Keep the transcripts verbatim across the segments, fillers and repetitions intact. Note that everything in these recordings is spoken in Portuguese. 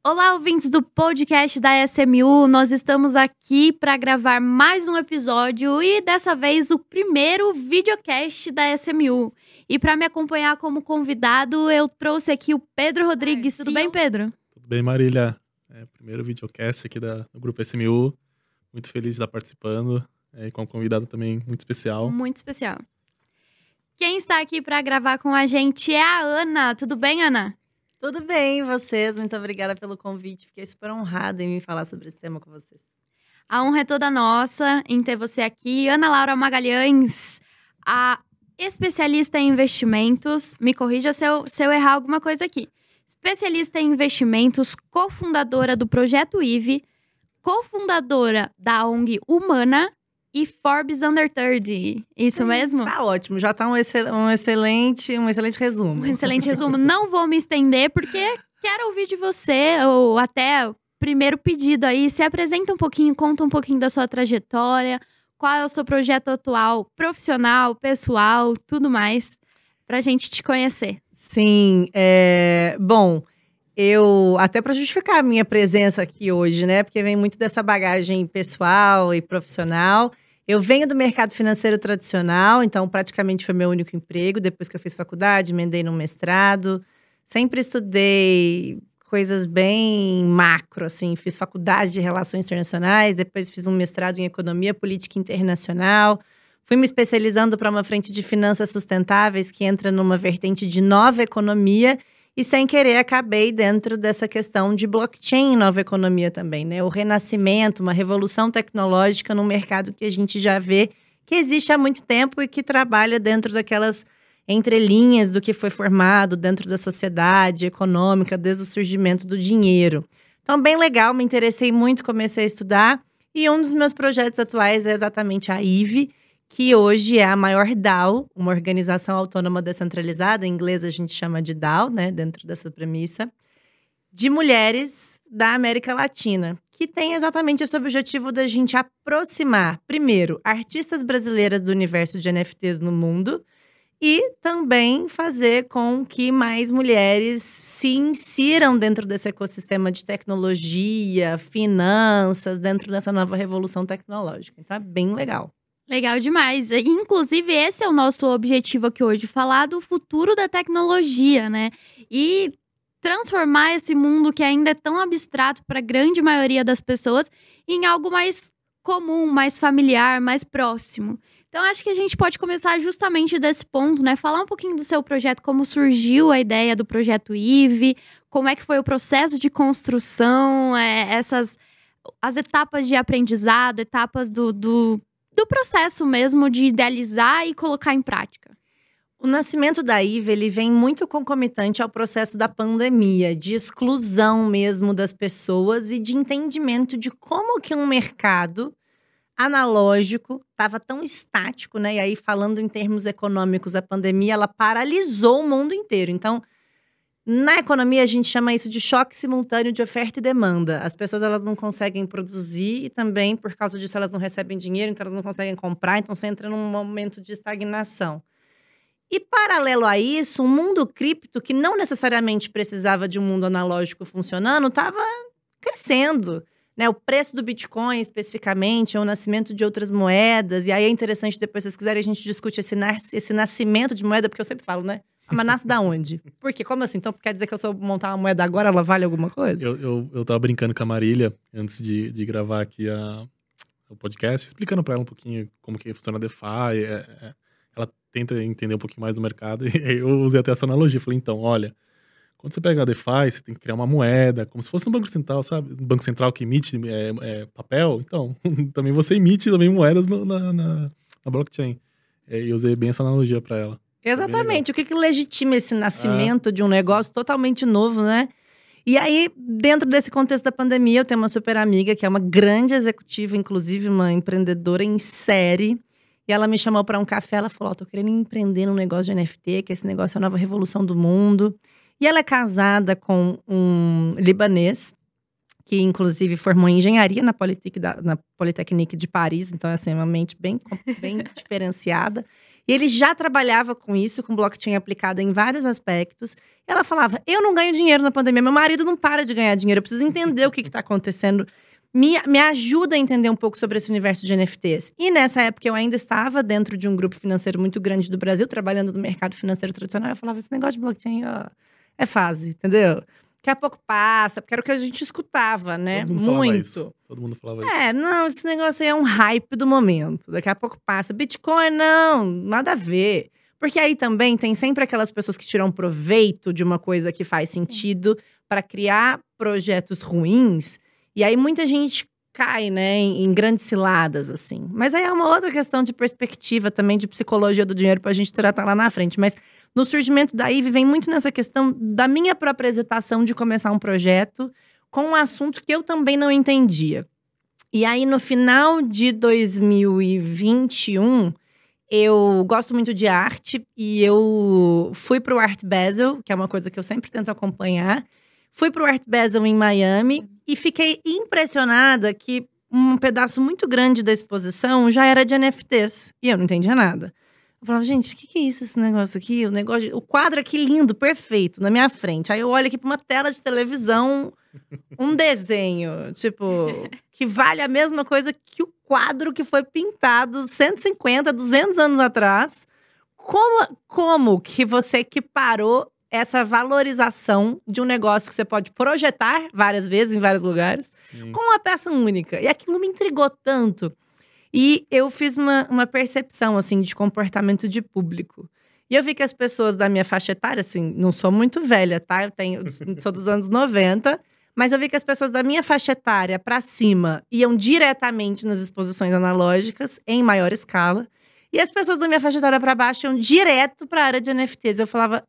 Olá, ouvintes do podcast da S M U. Nós estamos aqui para gravar mais um episódio e dessa vez o primeiro videocast da S M U. E para me acompanhar como convidado, eu trouxe aqui o Pedro Rodrigues. Tudo bem, Pedro? Tudo bem, Marília. É, primeiro videocast aqui da, do Grupo S M U. Muito feliz de estar participando. É, com um convidado também muito especial. Muito especial. Quem está aqui para gravar com a gente é a Ana. Tudo bem, Ana? Tudo bem, vocês? Muito obrigada pelo convite. Fiquei super honrada em me falar sobre esse tema com vocês. A honra é toda nossa em ter você aqui. Ana Laura Magalhães, a especialista em investimentos. Me corrija se eu, se eu errar alguma coisa aqui. Especialista em investimentos, cofundadora do Projeto I V E, cofundadora da O N G Humana e Forbes Under trinta. Isso Sim, mesmo? Tá ótimo, já tá um, excel, um, excelente, um excelente resumo. Um excelente resumo. Não vou me estender, porque quero ouvir de você, ou até o primeiro pedido aí. Se apresenta um pouquinho, conta um pouquinho da sua trajetória, qual é o seu projeto atual, profissional, pessoal, tudo mais, pra gente te conhecer. Sim, é... bom, eu, até para justificar a minha presença aqui hoje, né, porque vem muito dessa bagagem pessoal e profissional. Eu venho do mercado financeiro tradicional, então praticamente foi meu único emprego. Depois que eu fiz faculdade, emendei num mestrado. Sempre estudei coisas bem macro, assim. Fiz faculdade de Relações Internacionais, depois fiz um mestrado em Economia Política Internacional. Fui me especializando para uma frente de finanças sustentáveis, que entra numa vertente de nova economia. E sem querer, acabei dentro dessa questão de blockchain e nova economia também, né? O renascimento, uma revolução tecnológica num mercado que a gente já vê que existe há muito tempo e que trabalha dentro daquelas entrelinhas do que foi formado dentro da sociedade econômica, desde o surgimento do dinheiro. Então, bem legal, me interessei muito, comecei a estudar. E um dos meus projetos atuais é exatamente a I V E, que hoje é a maior D A O, uma organização autônoma descentralizada, em inglês a gente chama de D A O, né, dentro dessa premissa, de mulheres da América Latina, que tem exatamente esse objetivo da gente aproximar, primeiro, artistas brasileiras do universo de N F Ts no mundo e também fazer com que mais mulheres se insiram dentro desse ecossistema de tecnologia, finanças, dentro dessa nova revolução tecnológica. Então, é bem legal. Legal demais. Inclusive, esse é o nosso objetivo aqui hoje, falar do futuro da tecnologia, né? E transformar esse mundo que ainda é tão abstrato para a grande maioria das pessoas em algo mais comum, mais familiar, mais próximo. Então, acho que a gente pode começar justamente desse ponto, né? Falar um pouquinho do seu projeto, como surgiu a ideia do Projeto I V E, como é que foi o processo de construção, é, essas as etapas de aprendizado, etapas do... do do processo mesmo de idealizar e colocar em prática. O nascimento da I V E, ele vem muito concomitante ao processo da pandemia, de exclusão mesmo das pessoas e de entendimento de como que um mercado analógico estava tão estático, né? E aí, falando em termos econômicos, a pandemia, ela paralisou o mundo inteiro. Então, na economia, a gente chama isso de choque simultâneo de oferta e demanda. As pessoas, elas não conseguem produzir e também, por causa disso, elas não recebem dinheiro, então elas não conseguem comprar, então você entra num momento de estagnação. E, paralelo a isso, um mundo cripto, que não necessariamente precisava de um mundo analógico funcionando, estava crescendo, né? O preço do Bitcoin, especificamente, é o nascimento de outras moedas. E aí é interessante, depois, se vocês quiserem, a gente discute esse, nas- esse nascimento de moeda, porque eu sempre falo, né? Ah, mas nasce da onde? Por quê? Como assim? Então quer dizer que eu, se eu montar uma moeda agora, ela vale alguma coisa? Eu, eu, eu tava brincando com a Marília, antes de, de gravar aqui a, o podcast, explicando pra ela um pouquinho como que funciona a DeFi. É, é, ela tenta entender um pouquinho mais do mercado, e aí eu usei até essa analogia. Falei, então, olha, quando você pega a DeFi, você tem que criar uma moeda, como se fosse um banco central, sabe? Um banco central que emite é, é, papel. Então, também você emite também moedas no, na, na, na blockchain. É, e eu usei bem essa analogia pra ela. Exatamente. O que, que legitima esse nascimento ah, de um negócio sim. totalmente novo, né? E aí, dentro desse contexto da pandemia, eu tenho uma super amiga, que é uma grande executiva, inclusive uma empreendedora em série. E ela me chamou para um café, ela falou, ó, oh, tô querendo empreender num negócio de N F T, que esse negócio é a nova revolução do mundo. E ela é casada com um libanês, que inclusive formou engenharia na Polytech, da, na Polytechnique de Paris. Então, assim, é uma mente bem, bem diferenciada. E ele já trabalhava com isso, com blockchain aplicada em vários aspectos. E ela falava, eu não ganho dinheiro na pandemia, meu marido não para de ganhar dinheiro, eu preciso entender o que está acontecendo. Me, me ajuda a entender um pouco sobre esse universo de N F Ts. E nessa época eu ainda estava dentro de um grupo financeiro muito grande do Brasil, trabalhando no mercado financeiro tradicional. Eu falava, esse negócio de blockchain ó, é fase, entendeu? Daqui a pouco passa, porque era o que a gente escutava, né? Todo mundo falava Muito. isso. Todo mundo falava isso. É, não, esse negócio aí é um hype do momento. Daqui a pouco passa. Bitcoin, não, nada a ver. Porque aí também tem sempre aquelas pessoas que tiram proveito de uma coisa que faz sentido para criar projetos ruins. E aí muita gente cai, né, em, em grandes ciladas, assim. Mas aí é uma outra questão de perspectiva também, de psicologia do dinheiro pra gente tratar lá na frente. Mas no surgimento da I V E vem muito nessa questão da minha própria hesitação de começar um projeto com um assunto que eu também não entendia. E aí, no final de dois mil e vinte e um, eu gosto muito de arte. E eu fui pro Art Basel, que é uma coisa que eu sempre tento acompanhar. Fui pro Art Basel em Miami e fiquei impressionada que um pedaço muito grande da exposição já era de N F Ts. E eu não entendia nada. Eu falava, gente, o que, que é isso, esse negócio aqui? O, negócio de... o quadro aqui lindo, perfeito, na minha frente. Aí eu olho aqui pra uma tela de televisão, um desenho, tipo, que vale a mesma coisa que o quadro que foi pintado cento e cinquenta, duzentos anos atrás. Como, como que você equiparou essa valorização de um negócio que você pode projetar várias vezes em vários lugares, Sim. com uma peça única? E aquilo me intrigou tanto. E eu fiz uma, uma percepção, assim, de comportamento de público. E eu vi que as pessoas da minha faixa etária, assim, não sou muito velha, tá? Eu tenho, sou dos anos noventa. Mas eu vi que as pessoas da minha faixa etária pra cima iam diretamente nas exposições analógicas, em maior escala. E as pessoas da minha faixa etária pra baixo iam direto pra área de N F Ts. Eu falava,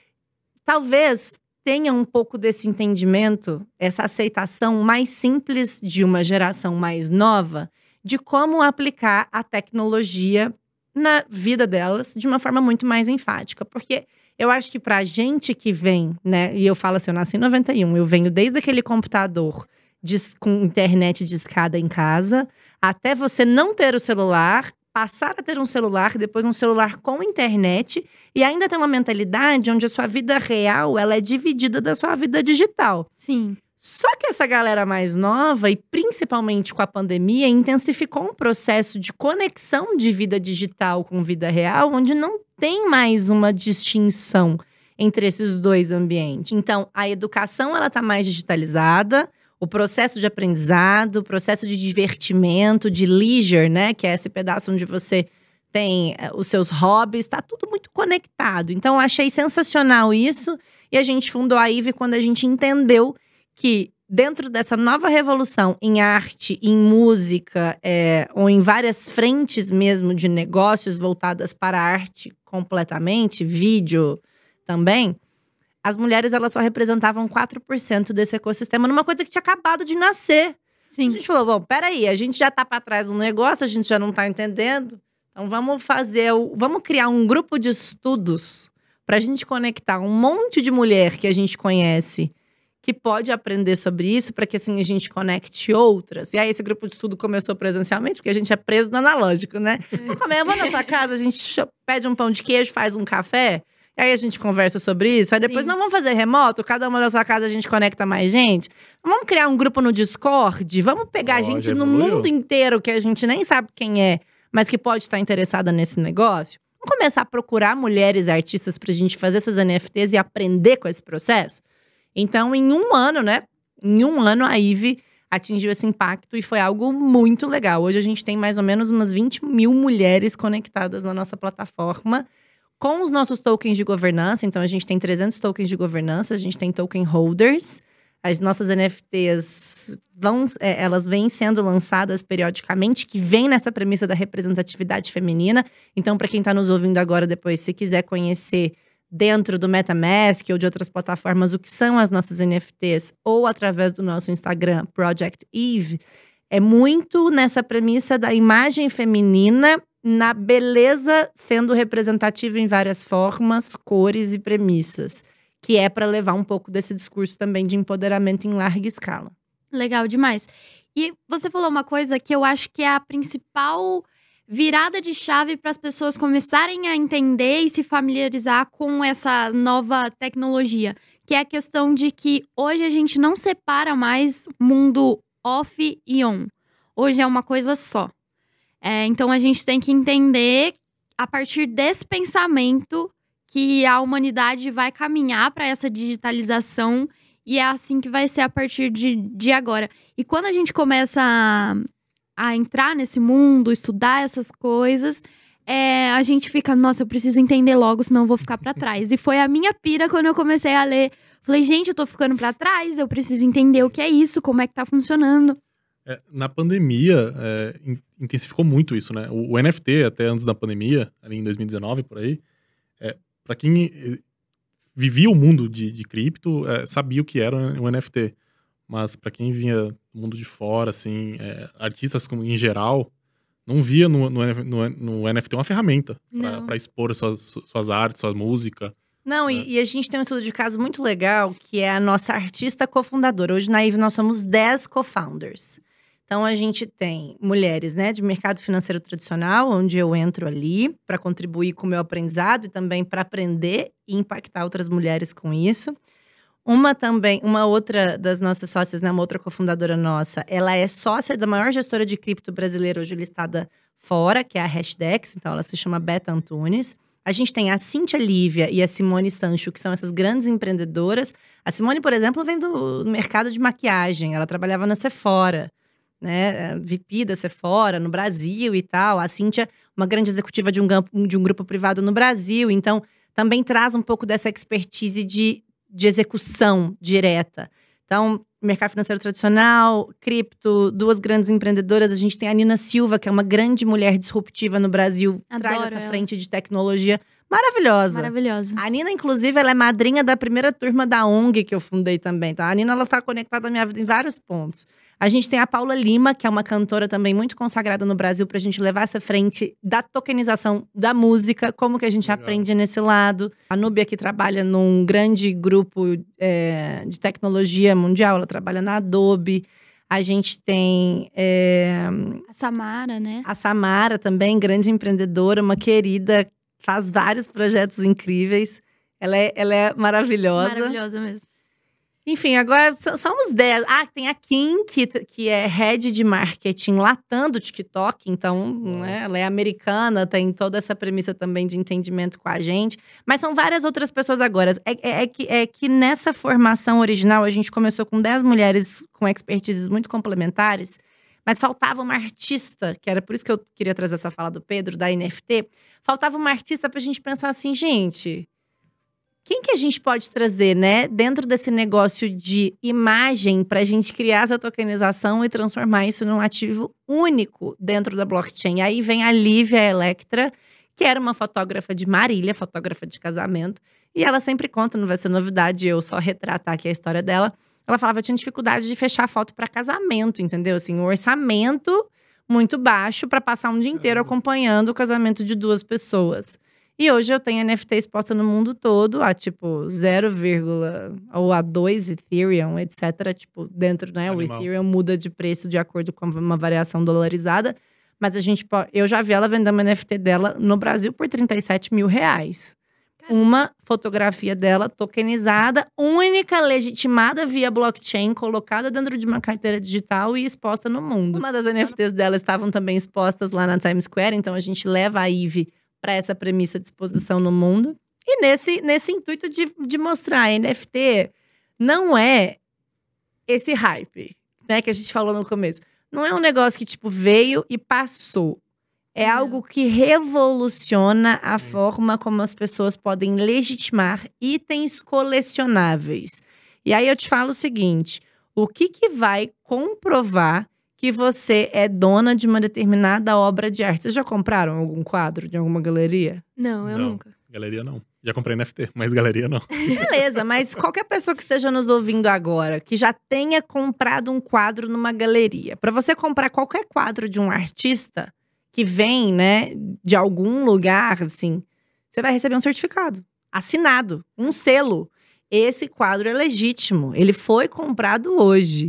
talvez tenha um pouco desse entendimento, essa aceitação mais simples de uma geração mais nova, de como aplicar a tecnologia na vida delas de uma forma muito mais enfática. Porque eu acho que pra gente que vem, né? E eu falo assim, eu nasci em noventa e um, eu venho desde aquele computador de, com internet de escada em casa, até você não ter o celular, passar a ter um celular, depois um celular com internet, e ainda ter uma mentalidade onde a sua vida real, ela é dividida da sua vida digital. Sim. Só que essa galera mais nova, e principalmente com a pandemia, intensificou um processo de conexão de vida digital com vida real, onde não tem mais uma distinção entre esses dois ambientes. Então, a educação, ela tá mais digitalizada, o processo de aprendizado, o processo de divertimento, de leisure, né? Que é esse pedaço onde você tem os seus hobbies, tá tudo muito conectado. Então, eu achei sensacional isso, e a gente fundou a I V E quando a gente entendeu que dentro dessa nova revolução em arte, em música, é, ou em várias frentes mesmo de negócios voltadas para a arte completamente, vídeo também, as mulheres elas só representavam quatro por cento desse ecossistema numa coisa que tinha acabado de nascer. Sim. A gente falou, bom, peraí, a gente já tá para trás do negócio, a gente já não tá entendendo. Então vamos fazer, o, vamos criar um grupo de estudos pra gente conectar um monte de mulher que a gente conhece que pode aprender sobre isso, para que assim a gente conecte outras. E aí esse grupo de estudo começou presencialmente, porque a gente é preso no analógico, né? Vamos comer, vamos na sua casa, a gente pede um pão de queijo, faz um café, e aí a gente conversa sobre isso. Aí depois, Sim. não vamos fazer remoto, cada uma da sua casa a gente conecta mais gente. Vamos criar um grupo no Discord, vamos pegar Oh, gente já no evoluiu. mundo inteiro que a gente nem sabe quem é, mas que pode estar interessada nesse negócio. Vamos começar a procurar mulheres artistas pra gente fazer essas N F Ts e aprender com esse processo? Então, em um ano, né? Em um ano, a I V E atingiu esse impacto e foi algo muito legal. Hoje, a gente tem mais ou menos umas vinte mil mulheres conectadas na nossa plataforma com os nossos tokens de governança. Então, a gente tem trezentos tokens de governança, a gente tem token holders. As nossas N F Ts, vão, é, elas vêm sendo lançadas periodicamente, que vem nessa premissa da representatividade feminina. Então, para quem está nos ouvindo agora, depois, se quiser conhecer dentro do MetaMask ou de outras plataformas, o que são as nossas N F Ts, ou através do nosso Instagram, Project Eve, é muito nessa premissa da imagem feminina na beleza sendo representativa em várias formas, cores e premissas, que é para levar um pouco desse discurso também de empoderamento em larga escala. Legal demais. E você falou uma coisa que eu acho que é a principal virada de chave para as pessoas começarem a entender e se familiarizar com essa nova tecnologia, que é a questão de que hoje a gente não separa mais mundo off e on. Hoje é uma coisa só. É, então, a gente tem que entender, a partir desse pensamento, que a humanidade vai caminhar para essa digitalização e é assim que vai ser a partir de, de agora. E quando a gente começa a, a entrar nesse mundo, estudar essas coisas, é, a gente fica, nossa, eu preciso entender logo, senão eu vou ficar para trás. E foi a minha pira quando eu comecei a ler. Falei, gente, eu tô ficando para trás, eu preciso entender o que é isso, como é que tá funcionando. É, na pandemia, é, intensificou muito isso, né? O, o N F T, até antes da pandemia, ali em dois mil e dezenove, por aí, é, para quem vivia o mundo de, de cripto, é, sabia o que era um N F T. Mas para quem vinha do mundo de fora, assim, é, artistas como, em geral, não via no, no, no, no N F T uma ferramenta para expor suas, suas artes, sua música. Não, né? e, e a gente tem um estudo de caso muito legal, que é a nossa artista cofundadora. Hoje na I V E nós somos dez co-founders. Então, a gente tem mulheres, né, de mercado financeiro tradicional, onde eu entro ali para contribuir com o meu aprendizado e também para aprender e impactar outras mulheres com isso. Uma também, uma outra das nossas sócias, né, uma outra cofundadora nossa, ela é sócia da maior gestora de cripto brasileira hoje listada fora, que é a Hashdex, então ela se chama Beta Antunes. A gente tem a Cíntia Lívia e a Simone Sancho, que são essas grandes empreendedoras. A Simone, por exemplo, vem do mercado de maquiagem, ela trabalhava na Sephora, né, V P da Sephora no Brasil e tal. A Cíntia, uma grande executiva de um, de um grupo privado no Brasil. Então, também traz um pouco dessa expertise de, de execução direta. Então, mercado financeiro tradicional, cripto, duas grandes empreendedoras. A gente tem a Nina Silva, que é uma grande mulher disruptiva no Brasil. Adoro traz essa ela. frente de tecnologia maravilhosa. Maravilhosa. A Nina, inclusive, ela é madrinha da primeira turma da O N G que eu fundei também. Então, a Nina, ela tá conectada à minha vida em vários pontos. A gente tem a Paula Lima, que é uma cantora também muito consagrada no Brasil, pra gente levar essa frente da tokenização da música, como que a gente Legal. aprende nesse lado. A Núbia, que trabalha num grande grupo é, de tecnologia mundial, ela trabalha na Adobe. A gente tem é, A Samara, né? a Samara também, grande empreendedora, uma querida, faz vários projetos incríveis. Ela é, ela é maravilhosa. Maravilhosa mesmo. Enfim, agora so- somos dez. Ah, tem a Kim, que, que é head de marketing Latam do TikTok. Então, né, ela é americana, tem toda essa premissa também de entendimento com a gente. Mas são várias outras pessoas agora. É, é, é que, é que nessa formação original, a gente começou com dez mulheres com expertises muito complementares. Mas faltava uma artista, que era por isso que eu queria trazer essa fala do Pedro, da N F T. Faltava uma artista pra gente pensar assim, gente… Quem que a gente pode trazer, né, dentro desse negócio de imagem para a gente criar essa tokenização e transformar isso num ativo único dentro da blockchain? Aí vem a Lívia Electra, que era uma fotógrafa de Marília, fotógrafa de casamento. E ela sempre conta, não vai ser novidade eu só retratar aqui a história dela. Ela falava que tinha dificuldade de fechar foto para casamento, entendeu? Assim, um orçamento muito baixo para passar um dia inteiro acompanhando o casamento de duas pessoas. E hoje eu tenho N F T exposta no mundo todo, a tipo zero, ou a dois Ethereum, etcétera. Tipo, dentro, né? Animal. O Ethereum muda de preço de acordo com uma variação dolarizada. Mas a gente pode. Eu já vi ela vendendo uma N F T dela no Brasil por trinta e sete mil reais. Uma fotografia dela tokenizada, única, legitimada via blockchain, colocada dentro de uma carteira digital e exposta no mundo. Uma das N F Ts dela estavam também expostas lá na Times Square, então a gente leva a I V E para essa premissa de exposição no mundo. E nesse, nesse intuito de, de mostrar, a N F T não é esse hype, né, que a gente falou no começo. Não é um negócio que, tipo, veio e passou. É Não. algo que revoluciona a forma como as pessoas podem legitimar itens colecionáveis. E aí eu te falo o seguinte, o que que vai comprovar que você é dona de uma determinada obra de arte? Vocês já compraram algum quadro de alguma galeria? Não, eu Não. nunca. Galeria não. Já comprei N F T, mas galeria não. Beleza, mas qualquer pessoa que esteja nos ouvindo agora, que já tenha comprado um quadro numa galeria, para você comprar qualquer quadro de um artista que vem, né, de algum lugar, assim, você vai receber um certificado assinado, um selo. Esse quadro é legítimo, ele foi comprado hoje.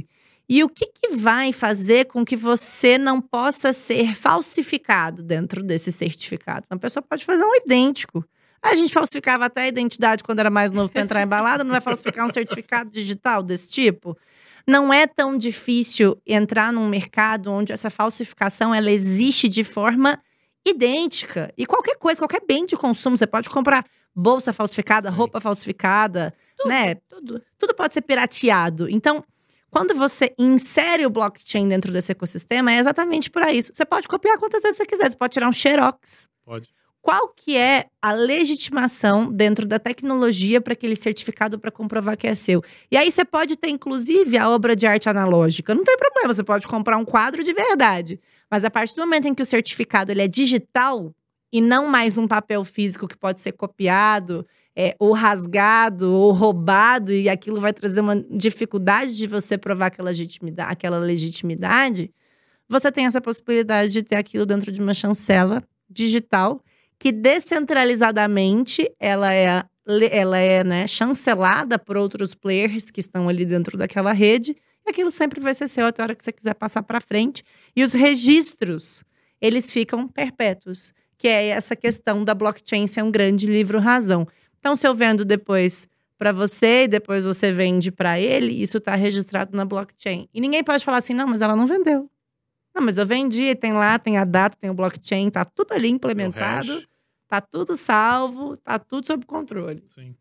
E o que, que vai fazer com que você não possa ser falsificado dentro desse certificado? Uma pessoa pode fazer um idêntico. A gente falsificava até a identidade quando era mais novo para entrar em balada, não vai falsificar um certificado digital desse tipo? Não é tão difícil entrar num mercado onde essa falsificação ela existe de forma idêntica. E qualquer coisa, qualquer bem de consumo, você pode comprar bolsa falsificada, Sim. roupa falsificada, Tudo, né? tudo. Tudo pode ser pirateado. Então, quando você insere o blockchain dentro desse ecossistema, é exatamente para isso. Você pode copiar quantas vezes você quiser, você pode tirar um xerox. Pode. Qual que é a legitimação dentro da tecnologia para aquele certificado para comprovar que é seu? E aí você pode ter, inclusive, a obra de arte analógica. Não tem problema, você pode comprar um quadro de verdade. Mas a partir do momento em que o certificado ele é digital e não mais um papel físico que pode ser copiado, é, ou rasgado, ou roubado, e aquilo vai trazer uma dificuldade de você provar aquela legitimidade, aquela legitimidade, você tem essa possibilidade de ter aquilo dentro de uma chancela digital que descentralizadamente ela é, ela é né, chancelada por outros players que estão ali dentro daquela rede, e aquilo sempre vai ser seu até a hora que você quiser passar para frente. E os registros, eles ficam perpétuos, que é essa questão da blockchain ser um grande livro-razão. Então, se eu vendo depois para você e depois você vende para ele, isso está registrado na blockchain. E ninguém pode falar assim, não, mas ela não vendeu. Não, mas eu vendi, tem lá, tem a data, tem o blockchain, tá tudo ali implementado, tá tudo salvo, tá tudo sob controle. Sim.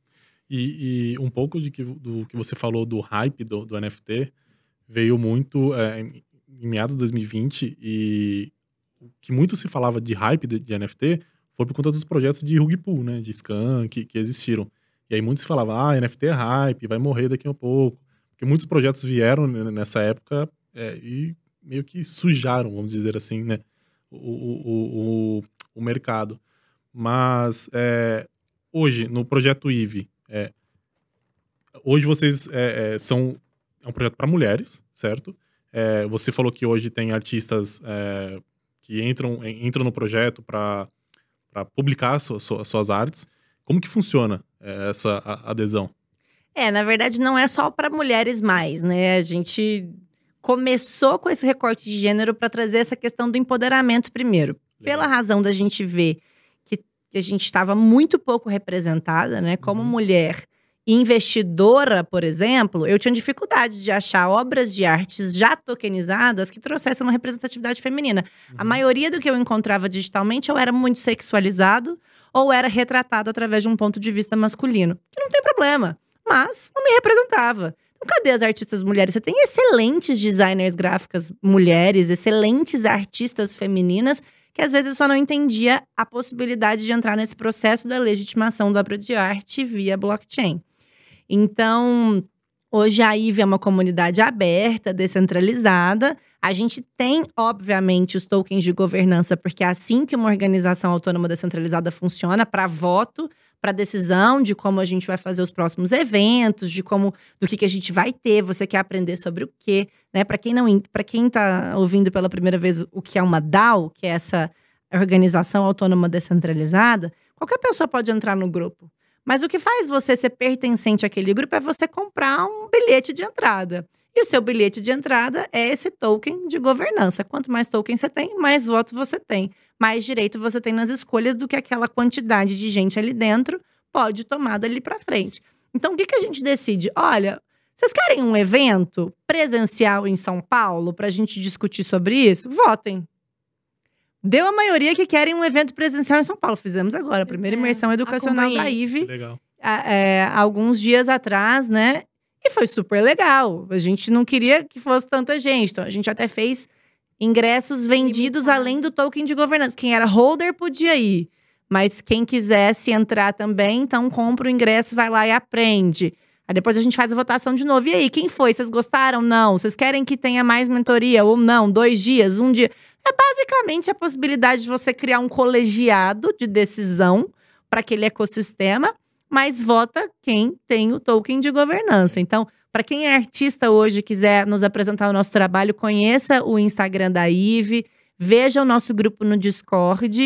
E, e um pouco de que, do que você falou do hype do, do N F T veio muito é, em, em meados de dois mil e vinte, e o que muito se falava de hype de, de N F T foi por conta dos projetos de rug pull, né, de scan que, que existiram. E aí muitos falavam, ah, N F T é hype, vai morrer daqui a um pouco. Porque muitos projetos vieram nessa época é, e meio que sujaram, vamos dizer assim, né, o, o, o, o mercado. Mas é, hoje, no projeto I V E, é, hoje vocês é, é, são é um projeto para mulheres, certo? É, você falou que hoje tem artistas é, que entram, entram no projeto para publicar suas, suas artes. Como que funciona é, essa adesão? É, na verdade, não é só para mulheres mais, né? A gente começou com esse recorte de gênero para trazer essa questão do empoderamento primeiro. Legal. Pela razão da gente ver que, que a gente estava muito pouco representada, né? Como uhum. mulher investidora, por exemplo, eu tinha dificuldade de achar obras de artes já tokenizadas que trouxessem uma representatividade feminina. Uhum. A maioria do que eu encontrava digitalmente ou era muito sexualizado ou era retratado através de um ponto de vista masculino. Que não tem problema, mas não me representava. Então, cadê as artistas mulheres? Você tem excelentes designers gráficas mulheres, excelentes artistas femininas, que às vezes eu só não entendia a possibilidade de entrar nesse processo da legitimação da obra de arte via blockchain. Então, hoje a I V E é uma comunidade aberta, descentralizada. A gente tem, obviamente, os tokens de governança, porque é assim que uma organização autônoma descentralizada funciona, para voto, para decisão de como a gente vai fazer os próximos eventos, de como, do que, que a gente vai ter, você quer aprender sobre o quê, né? Para quem não, para quem está ouvindo pela primeira vez o que é uma DAO, que é essa organização autônoma descentralizada, qualquer pessoa pode entrar no grupo. Mas o que faz você ser pertencente àquele grupo é você comprar um bilhete de entrada. E o seu bilhete de entrada é esse token de governança. Quanto mais token você tem, mais votos você tem. Mais direito você tem nas escolhas do que aquela quantidade de gente ali dentro pode tomar dali para frente. Então, o que, que a gente decide? Olha, vocês querem um evento presencial em São Paulo para a gente discutir sobre isso? Votem. Deu a maioria que querem um evento presencial em São Paulo. Fizemos agora a primeira imersão educacional Acompanhei. da I V E. Legal. É, alguns dias atrás, né? E foi super legal. A gente não queria que fosse tanta gente. Então, a gente até fez ingressos vendidos Limitado. além do token de governança. Quem era holder podia ir. Mas quem quisesse entrar também, então compra o ingresso, vai lá e aprende. Aí depois a gente faz a votação de novo. E aí, quem foi? Vocês gostaram? Não. Vocês querem que tenha mais mentoria? Ou não? Dois dias? Um dia? É basicamente a possibilidade de você criar um colegiado de decisão para aquele ecossistema, mas vota quem tem o token de governança. Então, para quem é artista hoje e quiser nos apresentar o nosso trabalho, conheça o Instagram da I V E, veja o nosso grupo no Discord,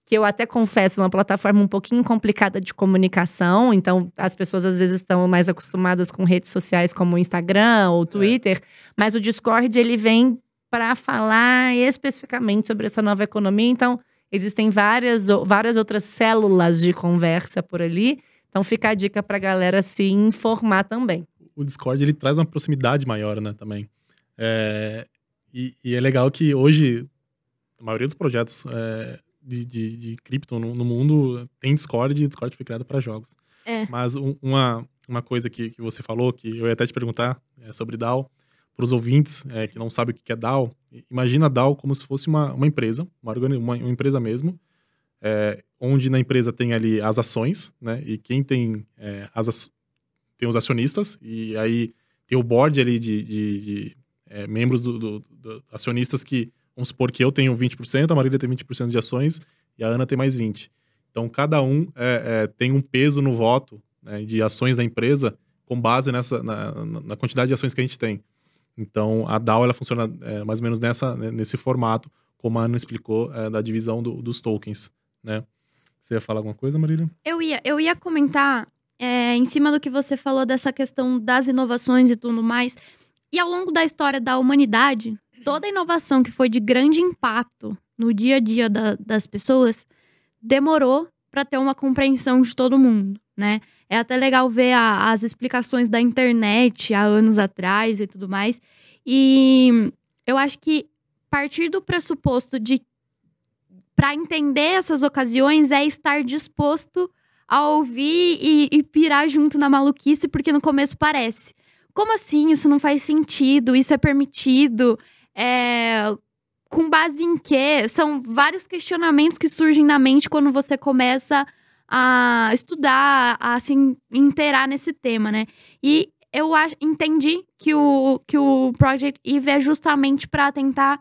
que eu até confesso, é uma plataforma um pouquinho complicada de comunicação. Então, as pessoas às vezes estão mais acostumadas com redes sociais como o Instagram ou o Twitter. É. Mas o Discord, ele vem para falar especificamente sobre essa nova economia. Então, existem várias, várias outras células de conversa por ali. Então, fica a dica para a galera se informar também. O Discord, ele traz uma proximidade maior, né, também. É, e, e é legal que hoje, a maioria dos projetos é, de, de, de cripto no, no mundo tem Discord, e o Discord foi criado para jogos. É. Mas um, uma, uma coisa que, que você falou, que eu ia até te perguntar é sobre D A O, para os ouvintes é, que não sabem o que é D A O, imagina D A O como se fosse uma, uma empresa, uma, uma, uma empresa mesmo, é, onde na empresa tem ali as ações, né, e quem tem é, as tem os acionistas, e aí tem o board ali de, de, de é, membros do, do, do acionistas que, vamos supor que eu tenho vinte por cento, a Marília tem vinte por cento de ações e a Ana tem mais vinte por cento. Então, cada um é, é, tem um peso no voto, né, de ações da empresa com base nessa, na, na quantidade de ações que a gente tem. Então, a D A O ela funciona é, mais ou menos nessa, nesse formato, como a Ana explicou, é, da divisão do, dos tokens, né? Você ia falar alguma coisa, Marília? Eu ia, eu ia comentar, é, em cima do que você falou dessa questão das inovações e tudo mais. E ao longo da história da humanidade, toda inovação que foi de grande impacto no dia a dia da, das pessoas demorou para ter uma compreensão de todo mundo, né? É até legal ver a, as explicações da internet há anos atrás e tudo mais. E eu acho que partir do pressuposto de para entender essas ocasiões é estar disposto a ouvir e, e pirar junto na maluquice, porque no começo parece. Como assim? Isso não faz sentido, isso é permitido, é... com base em quê? São vários questionamentos que surgem na mente quando você começa a estudar, a se inteirar nesse tema, né? E eu acho, entendi que o, que o Project Eve é justamente para tentar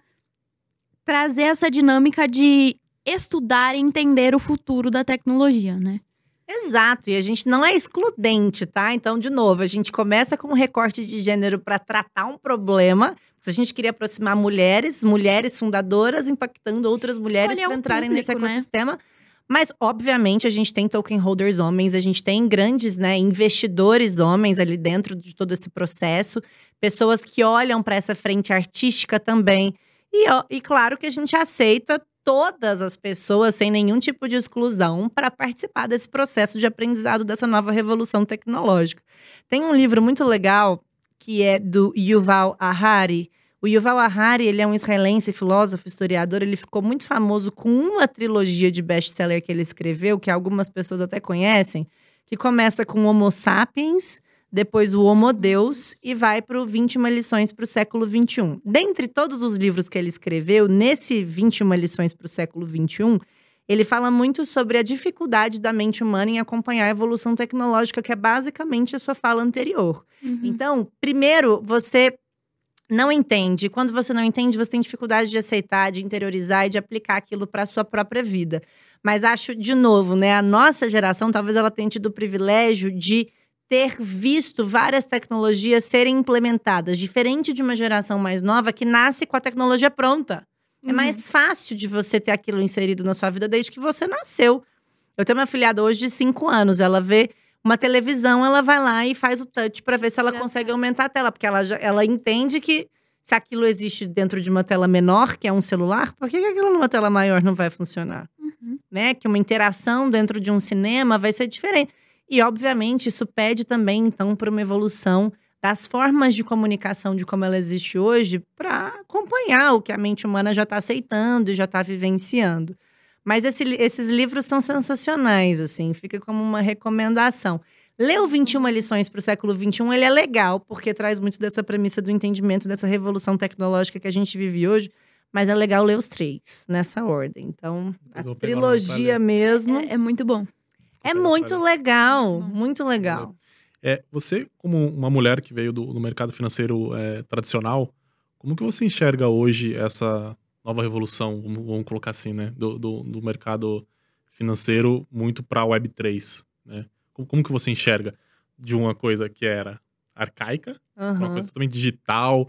trazer essa dinâmica de estudar e entender o futuro da tecnologia, né? Exato, e a gente não é excludente, tá? Então, de novo, a gente começa com um recorte de gênero para tratar um problema. Se a gente queria aproximar mulheres, mulheres fundadoras impactando outras mulheres para um entrarem público, nesse ecossistema. Né? Mas, obviamente, a gente tem token holders homens, a gente tem grandes, né, investidores homens ali dentro de todo esse processo. Pessoas que olham para essa frente artística também. E, ó, e claro que a gente aceita todas as pessoas, sem nenhum tipo de exclusão, para participar desse processo de aprendizado dessa nova revolução tecnológica. Tem um livro muito legal, que é do Yuval Harari. O Yuval Harari, ele é um israelense, filósofo, historiador. Ele ficou muito famoso com uma trilogia de best-seller que ele escreveu, que algumas pessoas até conhecem, que começa com Homo Sapiens, depois o Homo Deus e vai para o vinte e uma lições para o século vinte e um. Dentre todos os livros que ele escreveu, nesse vinte e uma lições para o século vinte e um, ele fala muito sobre a dificuldade da mente humana em acompanhar a evolução tecnológica, que é basicamente a sua fala anterior. Uhum. Então, primeiro, você não entende. Quando você não entende, você tem dificuldade de aceitar, de interiorizar e de aplicar aquilo para a sua própria vida. Mas acho, de novo, né, a nossa geração, talvez ela tenha tido o privilégio de ter visto várias tecnologias serem implementadas, diferente de uma geração mais nova que nasce com a tecnologia pronta. Uhum. É mais fácil de você ter aquilo inserido na sua vida desde que você nasceu. Eu tenho uma afilhada hoje de cinco anos, ela vê uma televisão, ela vai lá e faz o touch para ver se ela Já consegue sabe. aumentar a tela, porque ela, já, ela entende que se aquilo existe dentro de uma tela menor, que é um celular, por que, que aquilo numa tela maior não vai funcionar? Uhum. Né? Que uma interação dentro de um cinema vai ser diferente. E, obviamente, isso pede também, então, para uma evolução das formas de comunicação de como ela existe hoje para acompanhar o que a mente humana já está aceitando e já está vivenciando. Mas esse, esses livros são sensacionais, assim, fica como uma recomendação. Ler o vinte e uma lições para o século vinte e um, ele é legal, porque traz muito dessa premissa do entendimento dessa revolução tecnológica que a gente vive hoje. Mas é legal ler os três, nessa ordem. Então, a trilogia mesmo… É, é muito bom. É muito legal, muito legal. É, você, como uma mulher que veio do, do mercado financeiro é, tradicional, como que você enxerga hoje essa nova revolução, vamos, vamos colocar assim, né, do, do, do mercado financeiro muito para a web três, né? Como, como que você enxerga de uma coisa que era arcaica, uhum. uma coisa totalmente digital,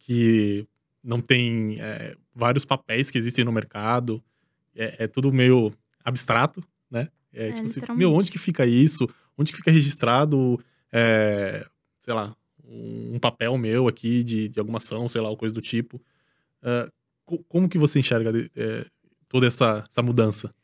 que não tem é, vários papéis que existem no mercado, é, é tudo meio… abstrato, né? É, É, tipo assim, literalmente. meu, onde que fica isso? Onde que fica registrado, é, sei lá, um papel meu aqui de, de alguma ação, sei lá, ou coisa do tipo. É, co- como que você enxerga é, toda essa, essa mudança?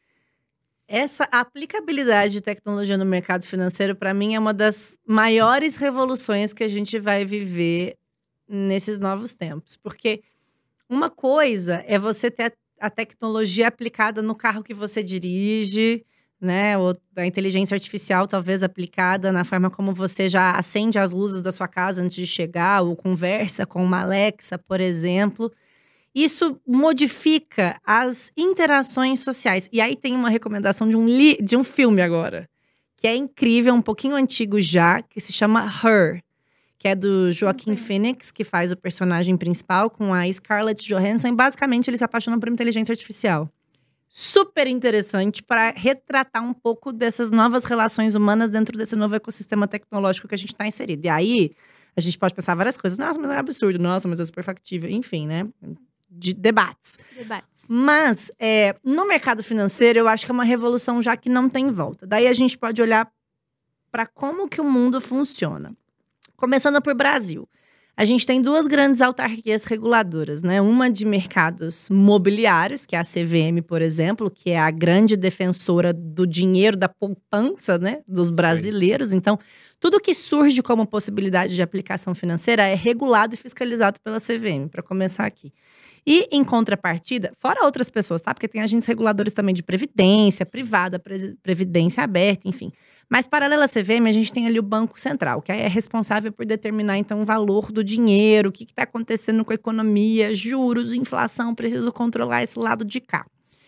Essa aplicabilidade de tecnologia no mercado financeiro, para mim, é uma das maiores revoluções que a gente vai viver nesses novos tempos. Porque uma coisa é você ter a a tecnologia aplicada no carro que você dirige, né? Ou a inteligência artificial, talvez, aplicada na forma como você já acende as luzes da sua casa antes de chegar, ou conversa com uma Alexa, por exemplo. Isso modifica as interações sociais. E aí tem uma recomendação de um, li de um filme agora, que é incrível, um pouquinho antigo já, que se chama Her, que é do Joaquin conheço. Phoenix, que faz o personagem principal com a Scarlett Johansson. E basicamente, eles se apaixonam por inteligência artificial. Super interessante para retratar um pouco dessas novas relações humanas dentro desse novo ecossistema tecnológico que a gente está inserido. E aí, a gente pode pensar várias coisas. Nossa, mas é um absurdo. Nossa, mas é super factível. Enfim, né? De debates. Debates. Mas, é, no mercado financeiro, eu acho que é uma revolução já que não tem volta. Daí a gente pode olhar para como que o mundo funciona. Começando por Brasil. A gente tem duas grandes autarquias reguladoras, né? Uma de mercados mobiliários, que é a C V M, por exemplo, que é a grande defensora do dinheiro, da poupança, né? Dos brasileiros. Então, tudo que surge como possibilidade de aplicação financeira é regulado e fiscalizado pela C V M, para começar aqui. E, em contrapartida, fora outras pessoas, tá? Porque tem agentes reguladores também de previdência, privada, pre- previdência aberta, enfim. Mas, paralelo à C V M, a gente tem ali o Banco Central, que é responsável por determinar, então, o valor do dinheiro, o que está acontecendo com a economia, juros, inflação, preciso controlar esse lado de cá.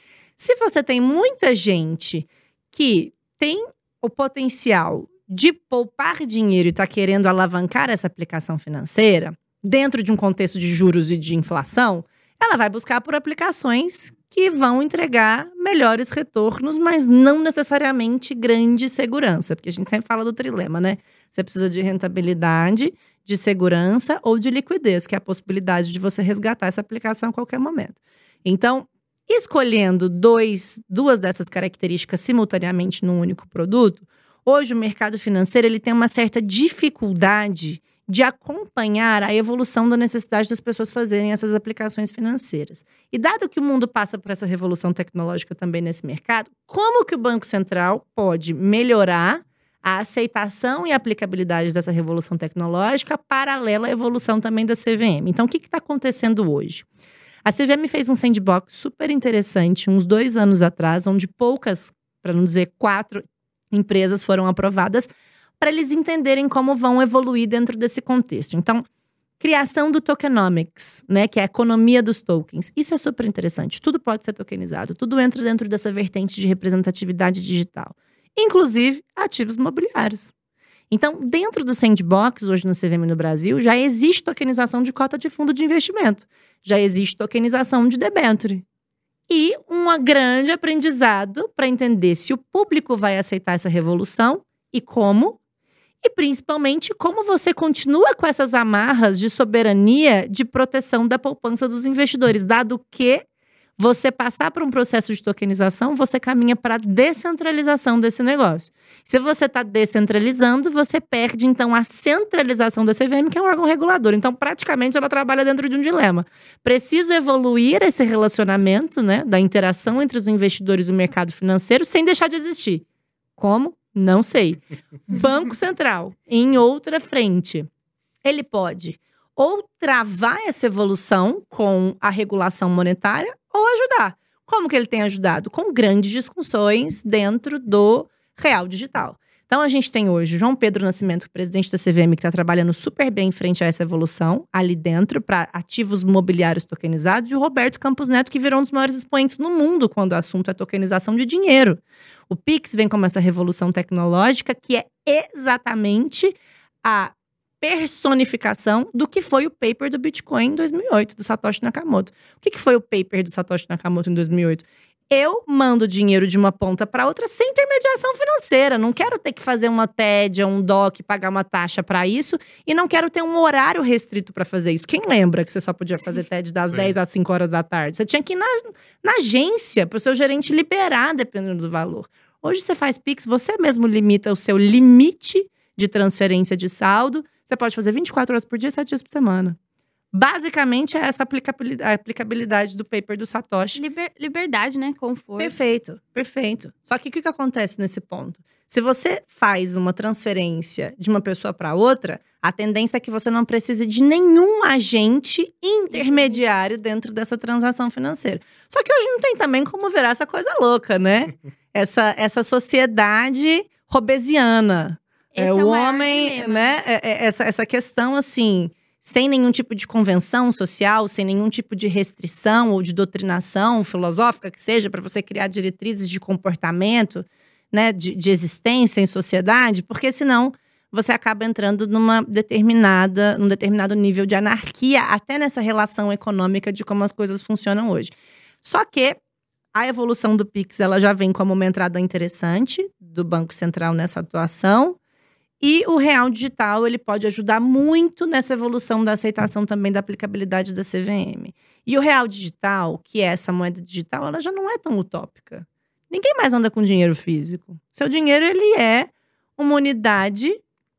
Se você tem muita gente que tem o potencial de poupar dinheiro e está querendo alavancar essa aplicação financeira, dentro de um contexto de juros e de inflação, ela vai buscar por aplicações que vão entregar melhores retornos, mas não necessariamente grande segurança. Porque a gente sempre fala do trilema, né? Você precisa de rentabilidade, de segurança ou de liquidez, que é a possibilidade de você resgatar essa aplicação a qualquer momento. Então, escolhendo dois, duas dessas características simultaneamente num único produto, hoje o mercado financeiro ele tem uma certa dificuldade de acompanhar a evolução da necessidade das pessoas fazerem essas aplicações financeiras. E dado que o mundo passa por essa revolução tecnológica também nesse mercado, como que o Banco Central pode melhorar a aceitação e aplicabilidade dessa revolução tecnológica paralela à evolução também da C V M? Então, o que está acontecendo hoje? A C V M fez um sandbox super interessante uns dois anos atrás, onde poucas, para não dizer quatro, empresas foram aprovadas para eles entenderem como vão evoluir dentro desse contexto. Então, criação do tokenomics, né, que é a economia dos tokens. Isso é super interessante. Tudo pode ser tokenizado, tudo entra dentro dessa vertente de representatividade digital. Inclusive, ativos imobiliários. Então, dentro do sandbox, hoje no C V M no Brasil, já existe tokenização de cota de fundo de investimento. Já existe tokenização de debênture. E um grande aprendizado para entender se o público vai aceitar essa revolução e como. E, principalmente, como você continua com essas amarras de soberania de proteção da poupança dos investidores, dado que você passar por um processo de tokenização, você caminha para a descentralização desse negócio. Se você está descentralizando, você perde, então, a centralização da C V M, que é um órgão regulador. Então, praticamente, ela trabalha dentro de um dilema. Preciso evoluir esse relacionamento, né, da interação entre os investidores e o mercado financeiro sem deixar de existir. Como? Não sei. Banco Central, em outra frente, ele pode ou travar essa evolução com a regulação monetária ou ajudar. Como que ele tem ajudado? Com grandes discussões dentro do real digital. Então, a gente tem hoje João Pedro Nascimento, presidente da C V M, que está trabalhando super bem em frente a essa evolução, ali dentro, para ativos mobiliários tokenizados, e o Roberto Campos Neto, que virou um dos maiores expoentes no mundo quando o assunto é tokenização de dinheiro. O Pix vem como essa revolução tecnológica, que é exatamente a personificação do que foi o paper do Bitcoin em dois mil e oito, do Satoshi Nakamoto. O que, que foi o paper do Satoshi Nakamoto em dois mil e oito? Eu mando dinheiro de uma ponta para outra sem intermediação financeira. Não quero ter que fazer uma T E D, um D O C, pagar uma taxa para isso. E não quero ter um horário restrito para fazer isso. Quem lembra que você só podia fazer T E D das Sim. dez às cinco horas da tarde? Você tinha que ir na, na agência para o seu gerente liberar, dependendo do valor. Hoje você faz Pix, você mesmo limita o seu limite de transferência de saldo. Você pode fazer vinte e quatro horas por dia, sete dias por semana. Basicamente, é essa aplicabilidade, a aplicabilidade do paper do Satoshi. Liber- liberdade, né? Conforto. Perfeito, perfeito. Só que o que, que acontece nesse ponto? Se você faz uma transferência de uma pessoa para outra, a tendência é que você não precise de nenhum agente intermediário dentro dessa transação financeira. Só que hoje não tem também como virar essa coisa louca, né? Essa, essa sociedade robesiana. Esse é é o o maior homem, dilema. né? É- é- essa, essa questão, assim, sem nenhum tipo de convenção social, sem nenhum tipo de restrição ou de doutrinação filosófica que seja, para você criar diretrizes de comportamento, né? De, de existência em sociedade, porque senão você acaba entrando numa determinada, num determinado nível de anarquia, até nessa relação econômica de como as coisas funcionam hoje. Só que a evolução do Pix, ela já vem como uma entrada interessante do Banco Central nessa atuação. E o real digital, ele pode ajudar muito nessa evolução da aceitação também da aplicabilidade da C V M. E o real digital, que é essa moeda digital, ela já não é tão utópica. Ninguém mais anda com dinheiro físico. Seu dinheiro, ele é uma unidade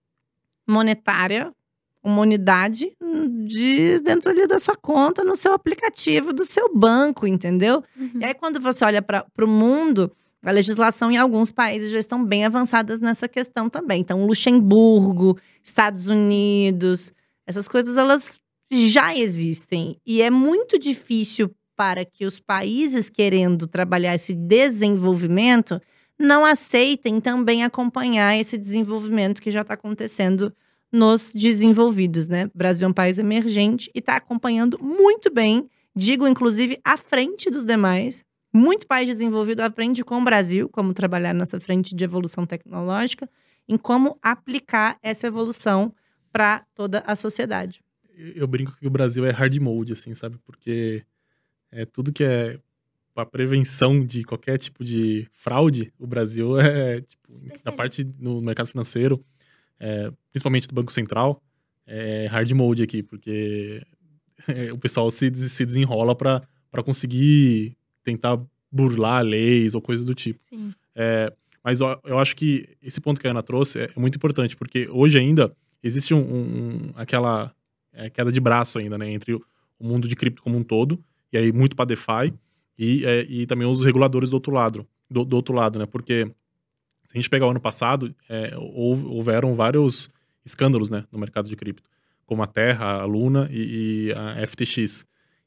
monetária, uma unidade de dentro ali da sua conta, no seu aplicativo do seu banco, entendeu? Uhum. E aí, quando você olha para o mundo, a legislação em alguns países já estão bem avançadas nessa questão também. Então, Luxemburgo, Estados Unidos, essas coisas, elas já existem. E é muito difícil para que os países querendo trabalhar esse desenvolvimento não aceitem também acompanhar esse desenvolvimento que já está acontecendo nos desenvolvidos, né? O Brasil é um país emergente e está acompanhando muito bem, digo, inclusive, à frente dos demais. Muito país desenvolvido aprende com o Brasil, como trabalhar nessa frente de evolução tecnológica, em como aplicar essa evolução para toda a sociedade. Eu brinco que o Brasil é hard mode, assim, sabe? Porque é tudo que é a prevenção de qualquer tipo de fraude, o Brasil é, tipo, na parte no mercado financeiro, é, principalmente do Banco Central, é hard mode aqui, porque é, o pessoal se, des- se desenrola para para conseguir tentar burlar leis ou coisas do tipo. Sim. É, mas eu, eu acho que esse ponto que a Ana trouxe é, é muito importante, porque hoje ainda existe um, um- aquela é, queda de braço ainda, né, entre o, o mundo de cripto como um todo, e aí muito para DeFi, e, é, e também os reguladores do outro lado, do, do outro lado, né, porque se a gente pegar o ano passado, é, houve- houveram vários escândalos, né, no mercado de cripto, como a Terra, a Luna e, e a F T X.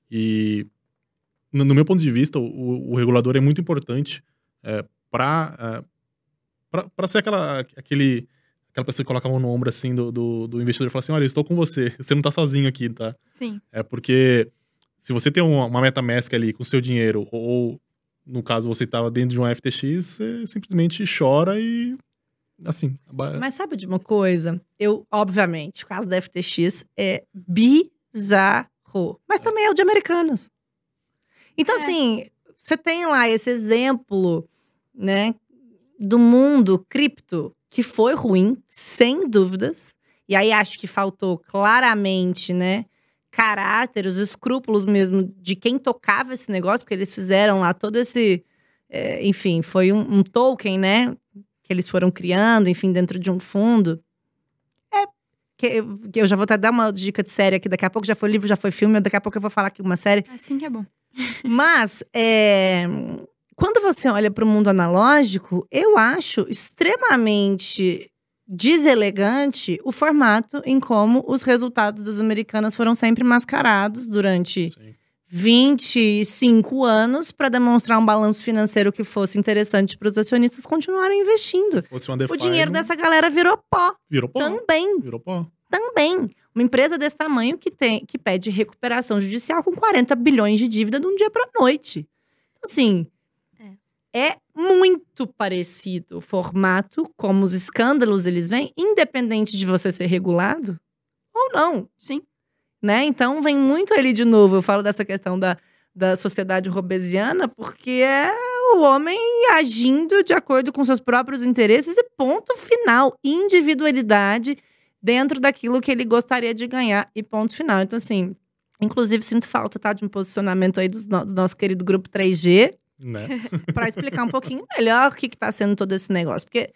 E no, no meu ponto de vista, o, o regulador é muito importante é, para para ser aquela, aquele, aquela pessoa que coloca a mão no ombro assim do, do, do investidor e fala assim, olha, eu estou com você, você não tá sozinho aqui, tá? Sim. É porque se você tem uma, uma MetaMask ali com o seu dinheiro, ou no caso você estava dentro de um F T X, você simplesmente chora e assim. aba- Mas sabe de uma coisa? Eu, obviamente, o caso da F T X é bizarro. Mas também é o de Americanas. Então, É. assim, você tem lá esse exemplo, né, do mundo cripto, que foi ruim, sem dúvidas. E aí acho que faltou claramente, né, caráter, os escrúpulos mesmo de quem tocava esse negócio, porque eles fizeram lá todo esse. É, enfim, foi um, um token, né? Que eles foram criando, enfim, dentro de um fundo. É. Que, eu- que eu já vou até dar uma dica de série aqui, daqui a pouco já foi livro, já foi filme, daqui a pouco eu vou falar aqui uma série. Assim que é bom. Mas, é, quando você olha para o mundo analógico, eu acho extremamente deselegante o formato em como os resultados das Americanas foram sempre mascarados durante Sim. vinte e cinco anos para demonstrar um balanço financeiro que fosse interessante para os acionistas continuarem investindo. Se fosse uma DeFi, O dinheiro não- dessa galera virou pó virou pó. também. Virou pó. Também. Uma empresa desse tamanho que, tem, que pede recuperação judicial com quarenta bilhões de dívida de um dia para noite. Assim, é. muito parecido o formato, como os escândalos eles vêm, independente de você ser regulado ou não, Sim. né? Então, vem muito ali de novo, eu falo dessa questão da, da sociedade robesiana, porque é o homem agindo de acordo com seus próprios interesses e ponto final. Individualidade dentro daquilo que ele gostaria de ganhar e ponto final. Então, assim, inclusive sinto falta, tá, de um posicionamento aí do, do nosso querido grupo três G. Né? Para explicar um pouquinho melhor o que está sendo todo esse negócio. Porque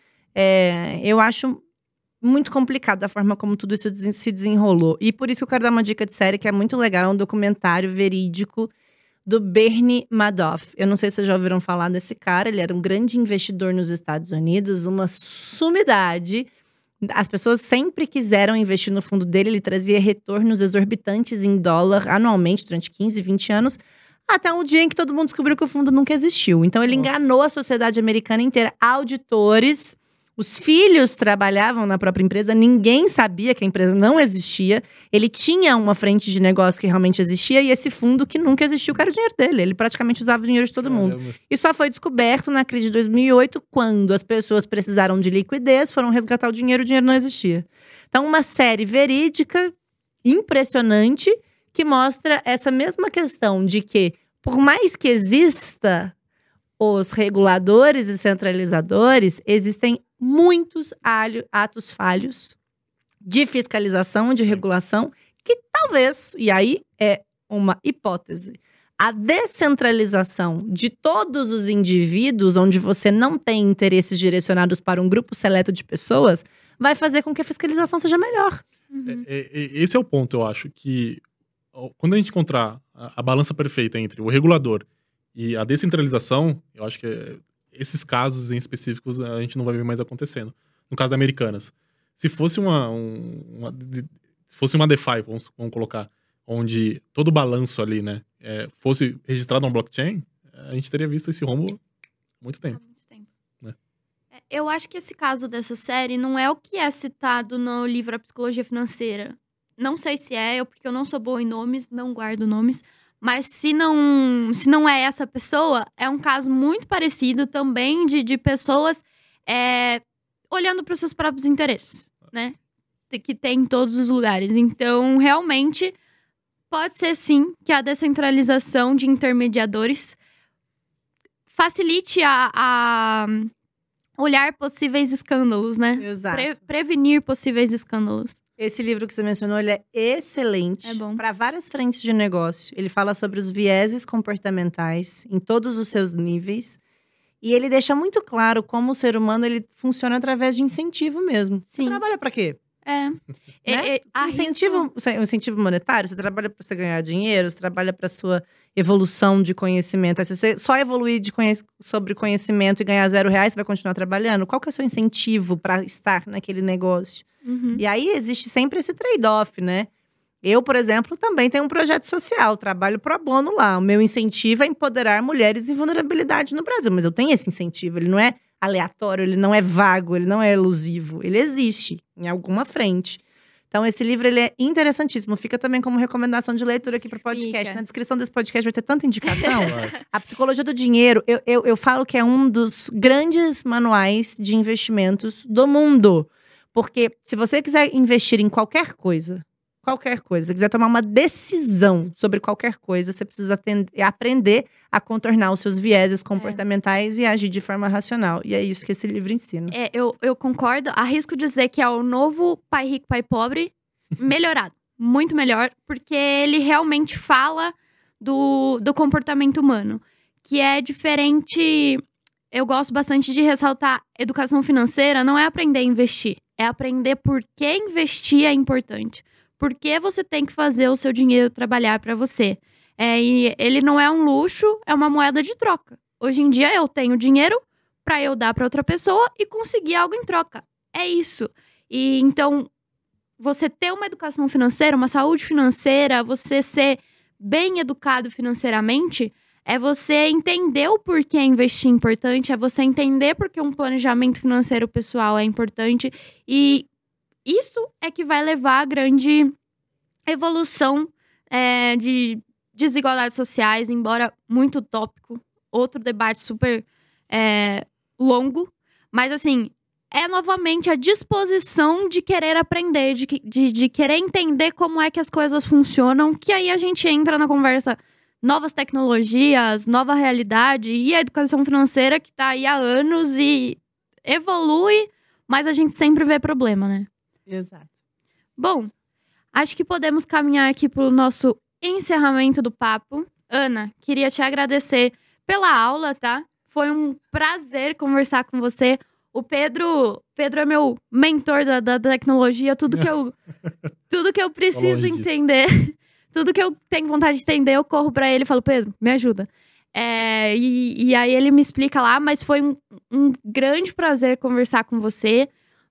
é, eu acho muito complicado a forma como tudo isso se desenrolou. E por isso que eu quero dar uma dica de série que é muito legal. É um documentário verídico do Bernie Madoff. Eu não sei se vocês já ouviram falar desse cara. Ele era um grande investidor nos Estados Unidos, uma sumidade. As pessoas sempre quiseram investir no fundo dele. Ele trazia retornos exorbitantes em dólar anualmente durante quinze, vinte anos. Até um dia em que todo mundo descobriu que o fundo nunca existiu. Então, ele Nossa. enganou a sociedade americana inteira. Auditores, os filhos trabalhavam na própria empresa. Ninguém sabia que a empresa não existia. Ele tinha uma frente de negócio que realmente existia. E esse fundo que nunca existiu, que era o dinheiro dele. Ele praticamente usava o dinheiro de todo mundo. Caramba. E só foi descoberto na crise de dois mil e oito, quando as pessoas precisaram de liquidez, foram resgatar o dinheiro, o dinheiro não existia. Então, uma série verídica, impressionante, que mostra essa mesma questão de que, por mais que exista os reguladores e centralizadores, existem muitos alho, atos falhos de fiscalização, de regulação, que talvez, e aí é uma hipótese, a descentralização de todos os indivíduos, onde você não tem interesses direcionados para um grupo seleto de pessoas, vai fazer com que a fiscalização seja melhor. Uhum. É, é, é, esse é o ponto, eu acho, que quando a gente encontrar a, a balança perfeita entre o regulador e a descentralização, eu acho que é, esses casos em específicos a gente não vai ver mais acontecendo. No caso da Americanas, se fosse uma, um, uma se fosse uma DeFi, vamos, vamos colocar, onde todo o balanço ali, né, é, fosse registrado no blockchain, a gente teria visto esse rombo há muito tempo. Há muito tempo. Né? É, Eu acho que esse caso dessa série não é o que é citado no livro A Psicologia Financeira. Não sei se é, eu, porque eu não sou boa em nomes, não guardo nomes. Mas se não, se não é essa pessoa, é um caso muito parecido também de, de pessoas é, olhando para os seus próprios interesses, né? Que tem em todos os lugares. Então, realmente, pode ser sim que a descentralização de intermediadores facilite a, a olhar possíveis escândalos, né? Exato. Pre- prevenir possíveis escândalos. Esse livro que você mencionou, ele é excelente É bom. para várias frentes de negócio. Ele fala sobre os vieses comportamentais em todos os seus níveis. E ele deixa muito claro como o ser humano ele funciona através de incentivo mesmo. Você Sim. trabalha para quê? É. Né? É, é, Que incentivo, o incentivo monetário, você trabalha para você ganhar dinheiro, você trabalha para sua evolução de conhecimento. Aí, se você só evoluir de conhec- sobre conhecimento e ganhar zero reais, você vai continuar trabalhando? Qual que é o seu incentivo para estar naquele negócio? Uhum. E aí existe sempre esse trade-off, né? Eu, por exemplo, também tenho um projeto social, trabalho pro bono lá. O meu incentivo é empoderar mulheres em vulnerabilidade no Brasil. Mas eu tenho esse incentivo, ele não é aleatório, ele não é vago, ele não é elusivo. Ele existe em alguma frente. Então, esse livro ele é interessantíssimo. Fica também como recomendação de leitura aqui pro podcast. Fica. Na descrição desse podcast vai ter tanta indicação. Vai. A Psicologia do Dinheiro, eu, eu, eu falo que é um dos grandes manuais de investimentos do mundo. Porque se você quiser investir em qualquer coisa, qualquer coisa, se quiser tomar uma decisão sobre qualquer coisa, você precisa atender, aprender a contornar os seus vieses comportamentais e agir de forma racional. E é isso que esse livro ensina. É, eu, eu concordo. Arrisco dizer que é o novo Pai Rico, Pai Pobre melhorado. Muito melhor, porque ele realmente fala do, do comportamento humano. Que é diferente… Eu gosto bastante de ressaltar, educação financeira não é aprender a investir. É aprender por que investir é importante. Por que você tem que fazer o seu dinheiro trabalhar para você. É, e ele não é um luxo, é uma moeda de troca. Hoje em dia eu tenho dinheiro para eu dar para outra pessoa e conseguir algo em troca. É isso. E então, você ter uma educação financeira, uma saúde financeira, você ser bem educado financeiramente, é você entender o porquê investir é importante, é você entender porque um planejamento financeiro pessoal é importante. E isso é que vai levar a grande evolução é, de desigualdades sociais, embora muito utópico. Outro debate super é, longo. Mas, assim, é novamente a disposição de querer aprender, de, de, de querer entender como é que as coisas funcionam, que aí a gente entra na conversa novas tecnologias, nova realidade e a educação financeira que tá aí há anos e evolui, mas a gente sempre vê problema, né? Exato. Bom, acho que podemos caminhar aqui pro nosso encerramento do papo. Ana, queria te agradecer pela aula, tá? Foi um prazer conversar com você. O Pedro, Pedro é meu mentor da, da tecnologia, tudo que eu, tudo que eu preciso entender, tudo que eu tenho vontade de entender, eu corro pra ele e falo, Pedro, me ajuda. É, e, e aí ele me explica lá, mas foi um, um grande prazer conversar com você.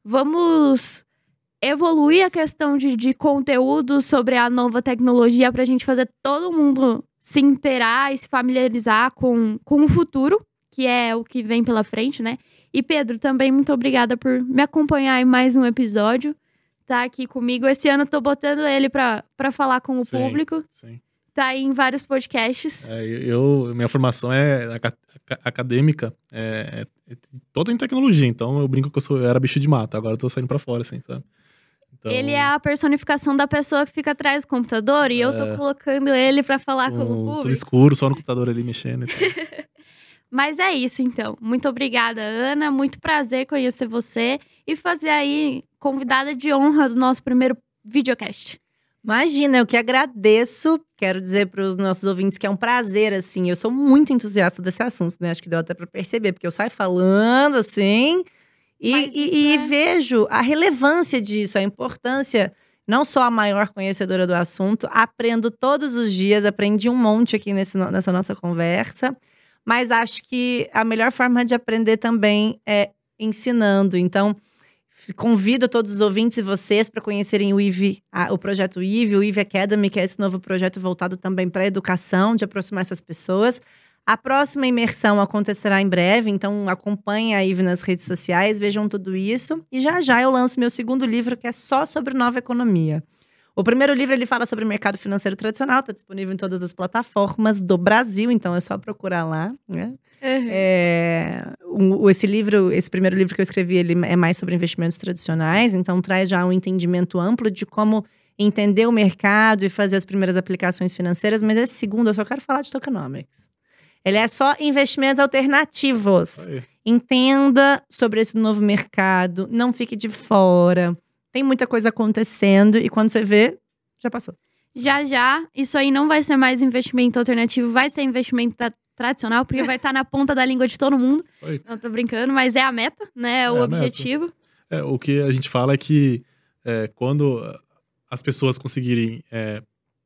Vamos evoluir a questão de, de conteúdo sobre a nova tecnologia pra gente fazer todo mundo se inteirar e se familiarizar com, com o futuro, que é o que vem pela frente, né? E Pedro, também muito obrigada por me acompanhar em mais um episódio. Tá aqui comigo. Esse ano eu tô botando ele pra, pra falar com o sim, público. Sim. Tá aí em vários podcasts. É, eu, minha formação é acadêmica, é, é toda em tecnologia. Então eu brinco que eu, sou, eu era bicho de mato. Agora eu tô saindo pra fora, assim, sabe? Então, ele é a personificação da pessoa que fica atrás do computador. E é, eu tô colocando ele pra falar com, com o público. Tudo escuro, só no computador ali mexendo e tal. Mas é isso, então. Muito obrigada, Ana. Muito prazer conhecer você e fazer aí convidada de honra do nosso primeiro videocast. Imagina, eu que agradeço. Quero dizer para os nossos ouvintes que é um prazer, assim. Eu sou muito entusiasta desse assunto, né? Acho que deu até para perceber, porque eu saio falando, assim, e, e, e é... vejo a relevância disso, a importância. Não sou a maior conhecedora do assunto, aprendo todos os dias, aprendi um monte aqui nesse, nessa nossa conversa. Mas acho que a melhor forma de aprender também é ensinando. Então, convido a todos os ouvintes e vocês para conhecerem o I V, a, o projeto I V, o I V Academy, que é esse novo projeto voltado também para a educação, de aproximar essas pessoas. A próxima imersão acontecerá em breve, então acompanhem a I V nas redes sociais, vejam tudo isso. E já já eu lanço meu segundo livro, que é só sobre nova economia. O primeiro livro, ele fala sobre o mercado financeiro tradicional, está disponível em todas as plataformas do Brasil, então é só procurar lá, né? Uhum. É, o, esse livro, esse primeiro livro que eu escrevi, ele é mais sobre investimentos tradicionais, então traz já um entendimento amplo de como entender o mercado e fazer as primeiras aplicações financeiras, mas esse segundo eu só quero falar de tokenomics. Ele é só investimentos alternativos. Aí. Entenda sobre esse novo mercado, não fique de fora. Tem muita coisa acontecendo e quando você vê, já passou. Já, já. Isso aí não vai ser mais investimento alternativo, vai ser investimento tra- tradicional, porque vai estar tá na ponta da língua de todo mundo. Oi. Não tô brincando, mas é a meta, né? É, é o objetivo. É, o que a gente fala é que é, quando as pessoas conseguirem é,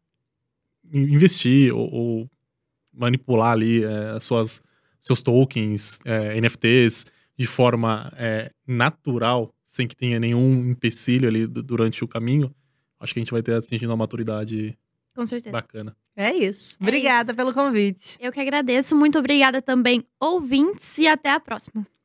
investir ou, ou manipular ali é, suas, seus tokens, é, N F Ts, de forma é, natural, sem que tenha nenhum empecilho ali durante o caminho, acho que a gente vai ter atingido uma maturidade Com certeza. bacana. É isso. É obrigada isso. pelo convite. Eu que agradeço. Muito obrigada também, ouvintes, e até a próxima.